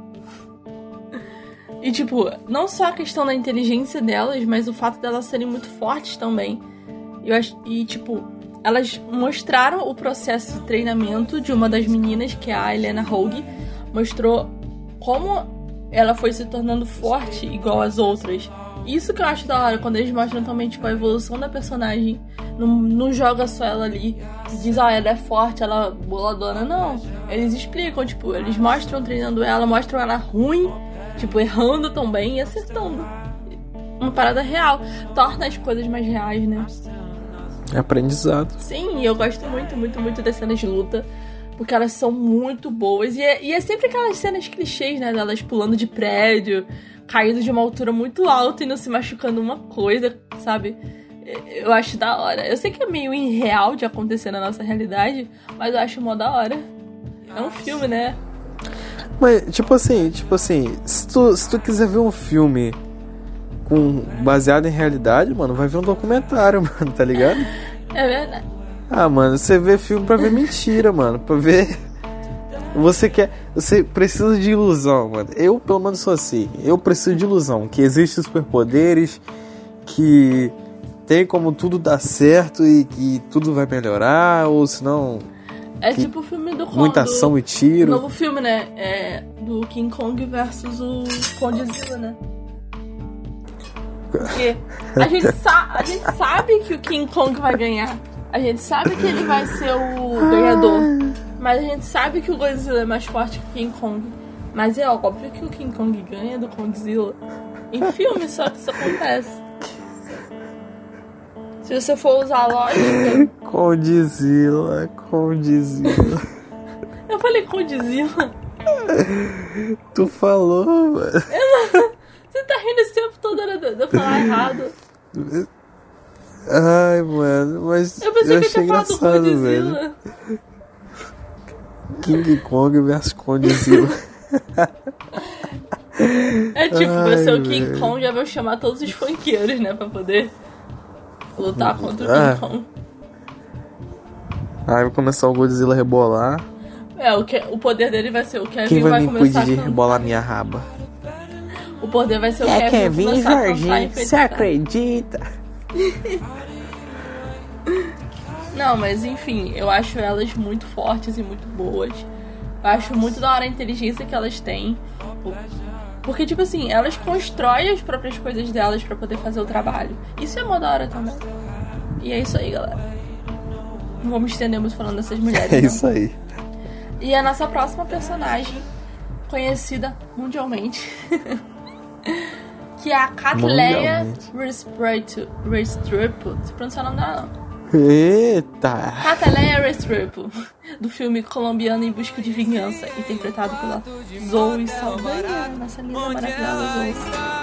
E, tipo, não só a questão da inteligência delas, mas o fato delas serem muito fortes também. Eu acho, e, tipo, elas mostraram o processo de treinamento de uma das meninas, que é a Helena Hogue. Mostrou como ela foi se tornando forte igual as outras. Isso que eu acho da hora, quando eles mostram também, tipo, a evolução da personagem. Não, não joga só ela ali e diz, ah, ela é forte, ela é boladona. Não, eles explicam, tipo, eles mostram treinando ela, mostram ela ruim, tipo, errando também e acertando. Uma parada real. Torna as coisas mais reais, né? É aprendizado. Sim, e eu gosto muito, muito, muito das cenas de luta. Porque elas são muito boas. E é, e é sempre aquelas cenas clichês, né? Delas pulando de prédio, caindo de uma altura muito alta e não se machucando uma coisa, sabe? Eu acho da hora. Eu sei que é meio irreal de acontecer na nossa realidade, mas eu acho mó da hora. É um filme, né? Mas, tipo assim, tipo assim, se tu, se tu quiser ver um filme com, baseado em realidade, mano, vai ver um documentário, mano, tá ligado? É verdade. Ah, mano, você vê filme pra ver mentira, mano, pra ver... Você quer... Você precisa de ilusão, mano. Eu, pelo menos, sou assim. Eu preciso de ilusão, que existem superpoderes, que tem como tudo dar certo e que tudo vai melhorar, ou senão... É tipo o filme do Kong. Muita ação do, e tiro. O novo filme, né? É do King Kong versus o Godzilla, né? Porque a gente, sa- a gente sabe que o King Kong vai ganhar. A gente sabe que ele vai ser o ganhador. Mas a gente sabe que o Godzilla é mais forte que o King Kong. Mas é óbvio que o King Kong ganha do Godzilla. Em filme só que isso acontece. Se você for usar a lógica... Godzilla, Godzilla. Eu falei Godzilla. Tu falou, mano. Você tá rindo esse tempo todo de eu falar errado. Ai, mano, mas eu pensei eu que eu tinha falado Godzilla. Velho. King Kong versus Godzilla. É tipo, Ai, vai ser o King velho. Kong, já vai chamar todos os funkeiros, né, pra poder lutar contra o Ah. King Kong. Aí vai começar o Godzilla a rebolar. É, o, que, o poder dele vai ser o Kevin Quem vai, vai me começar impedir de a rebolar minha raba? O poder vai ser o É Kevin, Kevin começar a cantar e Jorginho, você enfeitiçar. acredita? Não, mas enfim, eu acho elas muito fortes e muito boas. Eu acho muito da hora a inteligência que elas têm. Porque, tipo assim, elas constroem as próprias coisas delas pra poder fazer o trabalho. Isso é mó da hora também. E é isso aí, galera. Não vamos estender muito falando dessas mulheres, É não. isso aí. E a nossa próxima personagem, conhecida mundialmente, que é a Catleya Mundialmente. Restrepo. Se pronunciar o nome dela, não. Eita! Catleya Restrepo, do filme Colombiana em Busca de Vingança, interpretado pela Zoe Saldana, nossa linda, maravilhosa Zoe.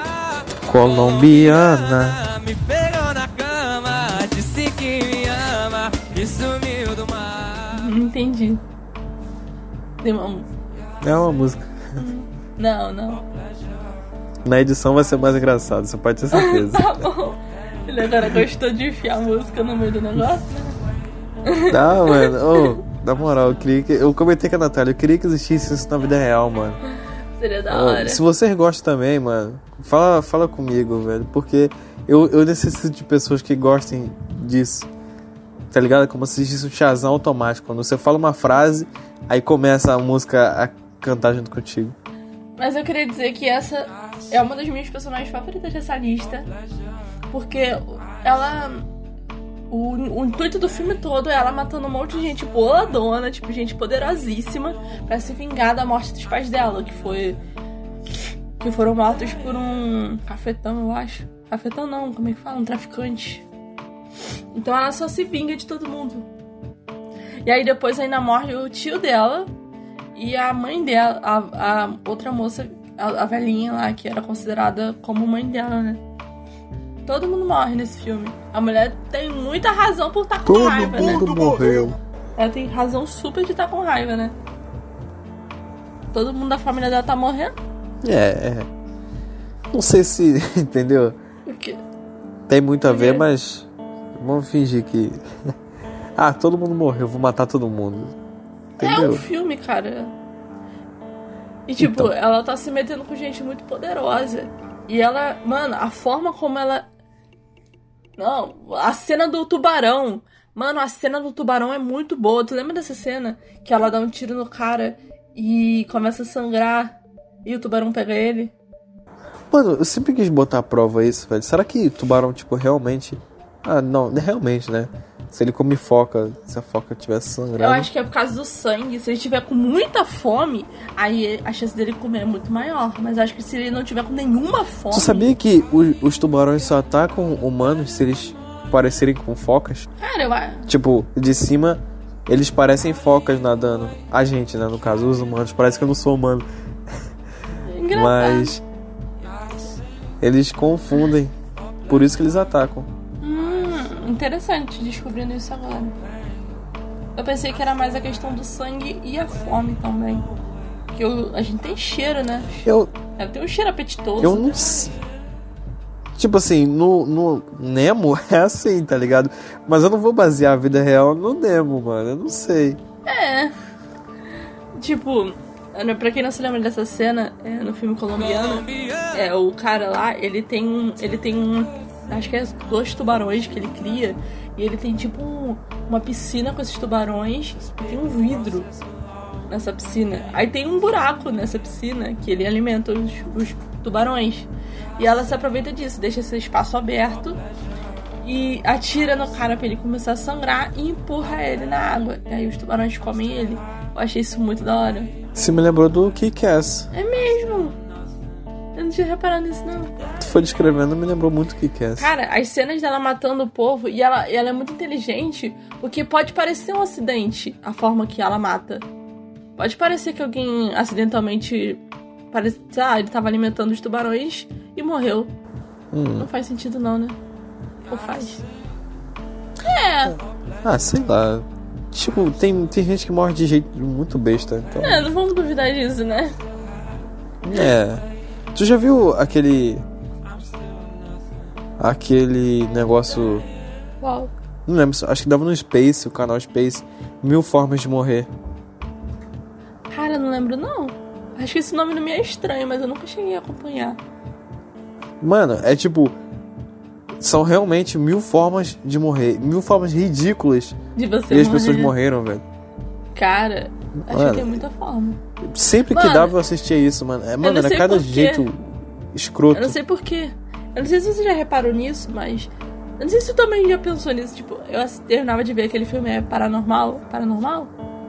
Colombiana. Me pegou na cama, disse que me ama e sumiu do mar. Não entendi. Tem uma... É uma música. Não, não. Na edição vai ser mais engraçado, você pode ter certeza. Tá bom. Ele agora gostou de enfiar a música no meio do negócio, né? Não, mano. Oh, na moral, eu queria que... Eu comentei com a Natália, eu queria que existisse isso na vida real, mano. Seria da Oh, hora. se vocês gostam também, mano, fala, fala comigo, velho. Porque eu, eu necessito de pessoas que gostem disso. Tá ligado? Como se existisse um chazão automático. Quando você fala uma frase, aí começa a música a cantar junto contigo. Mas eu queria dizer que essa é uma das minhas personagens favoritas dessa lista. Porque ela... O, o intuito do filme todo é ela matando um monte de gente boladona, tipo, gente poderosíssima, pra se vingar da morte dos pais dela, que foi... Que foram mortos por um cafetão, eu acho. Cafetão não, como é que fala? Um traficante. Então ela só se vinga de todo mundo. E aí depois ainda morre o tio dela e a mãe dela, a, a outra moça, a, a velhinha lá, que era considerada como mãe dela, né? Todo mundo morre nesse filme. A mulher tem muita razão por estar com Todo raiva, né? mundo morreu. Ela tem razão super de estar com raiva, né? Todo mundo da família dela tá morrendo. É, é. Não sei se, entendeu? Por quê? Tem muito a ver, mas vamos fingir que... ah, todo mundo morreu, vou matar todo mundo. Entendeu? É um filme, cara. E tipo, Então. ela tá se metendo com gente muito poderosa. E ela, mano, a forma como ela... Não, a cena do tubarão. Mano, a cena do tubarão é muito boa. Tu lembra dessa cena? Que ela dá um tiro no cara e começa a sangrar e o tubarão pega ele? Mano, eu sempre quis botar à prova isso, velho. Será que tubarão, tipo, realmente... Ah, não, realmente, né? Se ele come foca, se a foca tivesse sangrando... Eu acho que é por causa do sangue. Se ele tiver com muita fome, aí a chance dele comer é muito maior. Mas eu acho que se ele não tiver com nenhuma fome... Tu sabia que os, os tubarões só atacam humanos se eles parecerem com focas? Cara, eu acho... Tipo, de cima, eles parecem focas nadando. A gente, né, no caso, os humanos. Parece que eu não sou humano. Engraçado. Mas... eles confundem. Por isso que eles atacam. Hum, interessante, descobrindo isso agora. Eu pensei que era mais a questão do sangue e a fome também. Que eu, a gente tem cheiro, né? Eu... Ela tem um cheiro apetitoso. Eu não sei. Tipo assim, no, no Nemo é assim, tá ligado? Mas eu não vou basear a vida real no Nemo, mano. Eu não sei. É. Tipo, pra quem não se lembra dessa cena, é, no filme colombiano, é, o cara lá, ele tem um. Ele tem um. Acho que é dois tubarões que ele cria. E ele tem tipo um, uma piscina com esses tubarões. E tem um vidro nessa piscina. Aí tem um buraco nessa piscina que ele alimenta os, os tubarões. E ela se aproveita disso, deixa esse espaço aberto e atira no cara pra ele começar a sangrar e empurra ele na água. E aí os tubarões comem ele. Eu achei isso muito da hora. Você me lembrou do Kick-Ass. É mesmo? Eu não tinha reparado nisso, não. Tu foi descrevendo, me lembrou muito do Kick-Ass. Cara, as cenas dela matando o povo, e ela, e ela é muito inteligente, porque pode parecer um acidente a forma que ela mata. Pode parecer que alguém acidentalmente... Parece, ah, ele tava alimentando os tubarões e morreu. Hum. Não faz sentido não, né? Ou faz? É. Ah, sei lá. Tipo, tem, tem gente que morre de jeito muito besta. Então... É, não vamos duvidar disso, né? É. Tu já viu aquele... Aquele negócio... Uau. Não lembro, acho que dava no Space, o canal Space. Mil Formas de Morrer. Cara, não lembro não. Acho que esse nome não me é estranho, mas eu nunca cheguei a acompanhar. Mano, é tipo... São realmente mil formas de morrer. Mil formas ridículas de você e as morrer. pessoas morreram, velho. Cara, acho mano, que tem muita forma. Sempre mano, que dava eu assistia isso, mano. É, mano, era cada jeito escroto. Eu não sei porquê. Eu não sei se você já reparou nisso, mas... Eu não sei se tu também já pensou nisso. Tipo, eu terminava de ver aquele filme é Paranormal. Paranormal?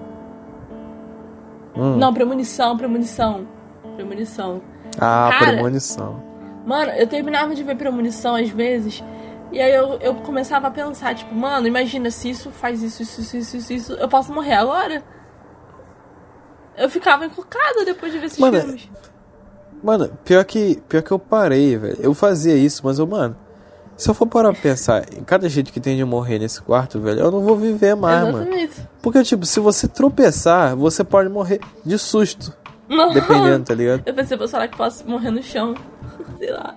Hum. Não, Premonição, Premonição. Premonição. Ah, Cara, Premonição. Mano, eu terminava de ver Premonição às vezes, e aí eu, eu começava a pensar, tipo, mano, imagina se isso faz isso, isso, isso, isso, isso, isso, eu posso morrer agora? Eu ficava encucada depois de ver esses mano, filmes. Mano, pior que, pior que eu parei, velho. Eu fazia isso, mas eu, mano, se eu for parar pra pensar em cada jeito que tem de morrer nesse quarto, velho, eu não vou viver mais, Exatamente. mano. Porque, tipo, se você tropeçar, você pode morrer de susto. Não. Dependendo, tá ligado? Eu pensei, posso falar que posso morrer no chão. Sei lá.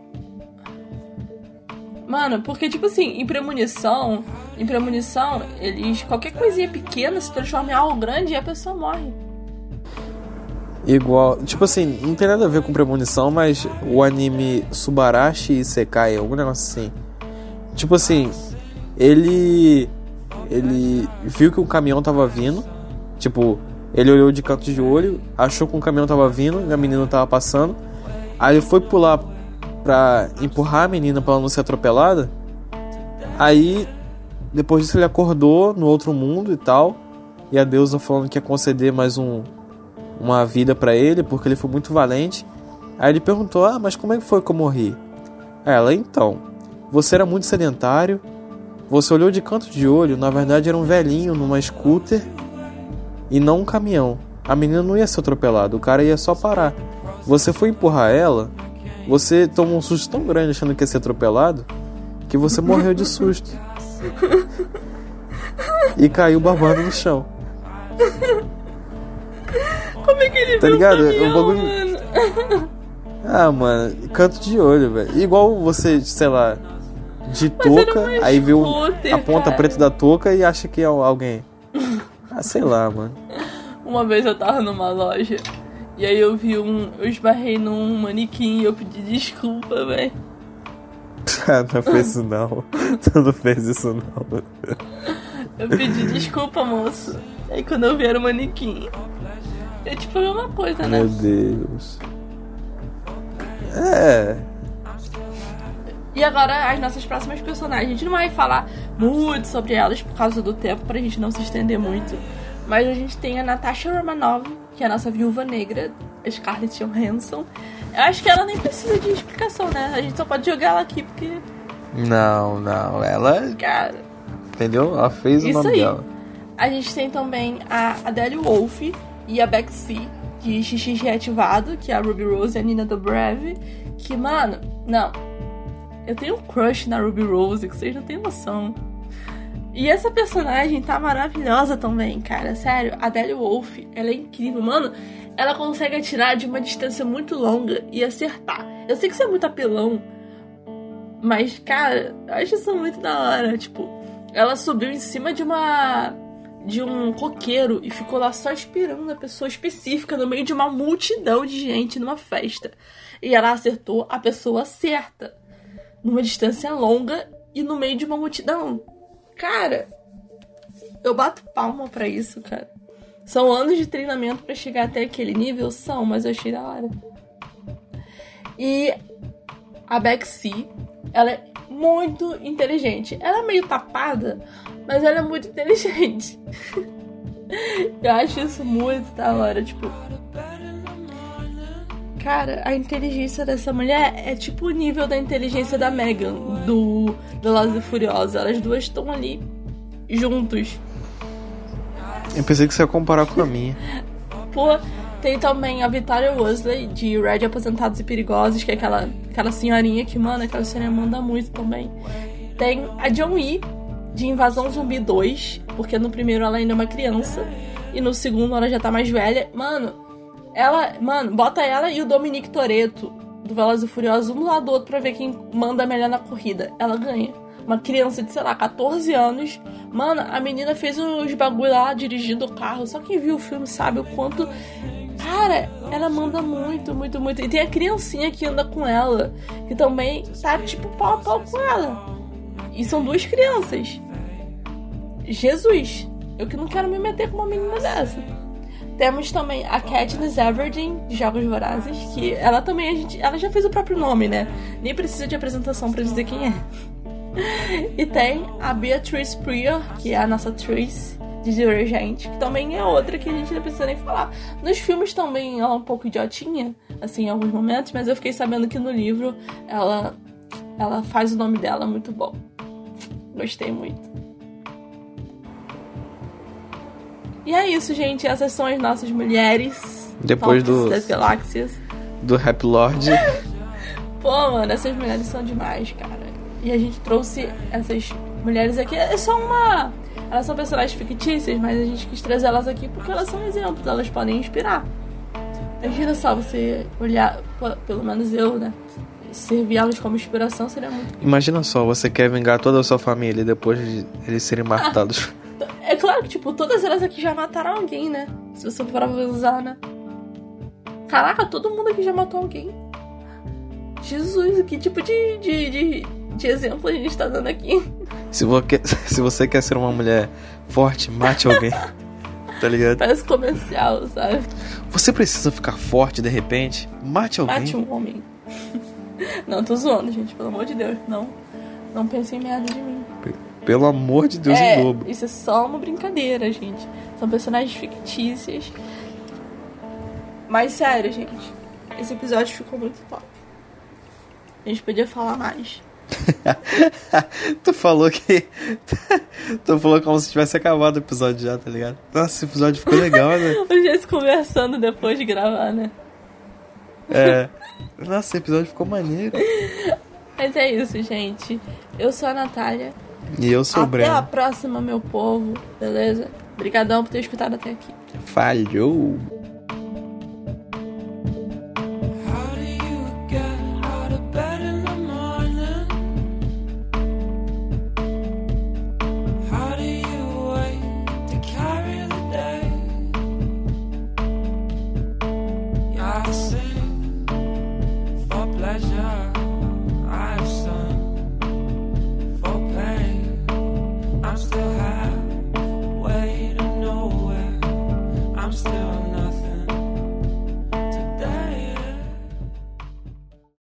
Mano, porque, tipo assim, em premonição, em premonição, eles, qualquer coisinha pequena se transforma em algo grande e a pessoa morre. Igual, tipo assim, não tem nada a ver com premonição, mas o anime Subarashi Isekai, algum negócio assim. Tipo assim, ele ele viu que um caminhão tava vindo, tipo, ele olhou de canto de olho, achou que um caminhão tava vindo e a menina tava passando. Aí ele foi pular pra empurrar a menina pra ela não ser atropelada. Aí, depois disso ele acordou no outro mundo e tal. E a deusa falando que ia conceder mais um uma vida pra ele, porque ele foi muito valente. Aí ele perguntou, ah, mas como é que foi que eu morri? Ela, então, você era muito sedentário você olhou de canto de olho, na verdade era um velhinho numa scooter e não um caminhão. A menina não ia ser atropelada, o cara ia só parar. Você foi empurrar ela, você tomou um susto tão grande achando que ia ser atropelado, que você morreu de susto. E caiu babando no chão. Como é que ele tá viu ligado? o caminhão, o bagulho... mano? Ah, mano, canto de olho, velho. Igual você, sei lá, de touca, aí vê a ponta cara. preta da touca e acha que é alguém. Ah, sei lá, mano. Uma vez eu tava numa loja e aí eu vi um... Eu esbarrei num manequim e eu pedi desculpa, velho. Ah, não fez isso não. Tu não fez isso não. Eu pedi desculpa, moço. Aí quando eu vi era o manequim. É tipo a mesma coisa, né? Meu Deus. É. E agora as nossas próximas personagens. A gente não vai falar muito sobre elas por causa do tempo, pra gente não se estender muito. Mas a gente tem a Natasha Romanoff, que é a nossa viúva negra, a Scarlett Johansson. Eu acho que ela nem precisa de explicação, né? A gente só pode jogar ela aqui porque... Não, não. Ela... Cara... Entendeu? Ela fez o isso nome aí. dela. A gente tem também a Adele Wolfe e a Bexy, de X X Reativado, que é a Ruby Rose e a Nina Dobrev. Que, mano, não. Eu tenho um crush na Ruby Rose, que vocês não têm noção. E essa personagem tá maravilhosa também, cara. Sério, a Adele Wolfe, ela é incrível. Mano, ela consegue atirar de uma distância muito longa e acertar. Eu sei que isso é muito apelão, mas, cara, eu acho isso muito da hora. Tipo, ela subiu em cima de uma... de um coqueiro e ficou lá só esperando a pessoa específica no meio de uma multidão de gente numa festa. E ela acertou a pessoa certa, numa distância longa e no meio de uma multidão. Cara, eu bato palma pra isso, cara. São anos de treinamento pra chegar até aquele nível? São, mas eu achei da hora. E a Bexy, ela é muito inteligente. Ela é meio tapada, mas ela é muito inteligente. Eu acho isso muito da hora, tipo... Cara, a inteligência dessa mulher é tipo o nível da inteligência da Megan, do Velozes e Furiosos. Elas duas estão ali, juntos. Eu pensei que você ia comparar com a minha. Pô, tem também a Victoria Wesley, de Red Aposentados e Perigosos, que é aquela, aquela senhorinha que, mano, aquela senhorinha manda muito também. Tem a John Yi, de Invasão Zumbi dois, porque no primeiro ela ainda é uma criança, e no segundo ela já tá mais velha. Mano, ela, mano, bota ela e o Dominique Toretto, do Velozes e Furiosos, um do lado do outro pra ver quem manda melhor na corrida. Ela ganha. Uma criança de, sei lá, catorze anos. Mano, a menina fez uns bagulho lá, dirigindo o carro. Só quem viu o filme sabe o quanto... Cara, ela manda muito, muito, muito. E tem a criancinha que anda com ela, que também tá, tipo, pau a pau com ela. E são duas crianças. Jesus, eu que não quero me meter com uma menina dessa. Temos também a Katniss Everdeen, de Jogos Vorazes, que ela também, a gente, ela já fez o próprio nome, né? Nem precisa de apresentação pra dizer quem é. E tem a Beatrice Prior, que é a nossa Triss, de Divergente, que também é outra que a gente não precisa nem falar. Nos filmes também ela é um pouco idiotinha, assim, em alguns momentos, mas eu fiquei sabendo que no livro ela, ela faz o nome dela muito bom. Gostei muito. E é isso, gente. Essas são as nossas mulheres depois do das galáxias. Do Rap Lord. Pô, mano, essas mulheres são demais, cara. E a gente trouxe essas mulheres aqui. É só uma... Elas são personagens fictícias, mas a gente quis trazer elas aqui porque elas são exemplos. Elas podem inspirar. Imagina só você olhar... Pelo menos eu, né? Servir elas como inspiração seria muito... Imagina só, você quer vingar toda a sua família depois de eles serem matados. É claro que, tipo, todas elas aqui já mataram alguém, né? Se você for usar, né? Caraca, todo mundo aqui já matou alguém. Jesus, que tipo de, de, de, de exemplo a gente tá dando aqui? Se você, se você quer ser uma mulher forte, mate alguém. Tá ligado? Parece comercial, sabe? Você precisa ficar forte de repente? Mate alguém. Mate um homem. Não, tô zoando, gente. Pelo amor de Deus. Não, não pense em merda de mim. Pelo amor de Deus, é, em dobro. Isso é só uma brincadeira, gente. São personagens fictícias. Mas sério, gente, esse episódio ficou muito top. A gente podia falar mais. Tu falou que... Tu falou como se tivesse acabado o episódio já, tá ligado? Nossa, esse episódio ficou legal, né? Os dois conversando depois de gravar, né? É. Nossa, esse episódio ficou maneiro. Mas é isso, gente. Eu sou a Natália. E eu sou o Breno. Até a próxima, meu povo. Beleza? Obrigadão por ter escutado até aqui. Falhou!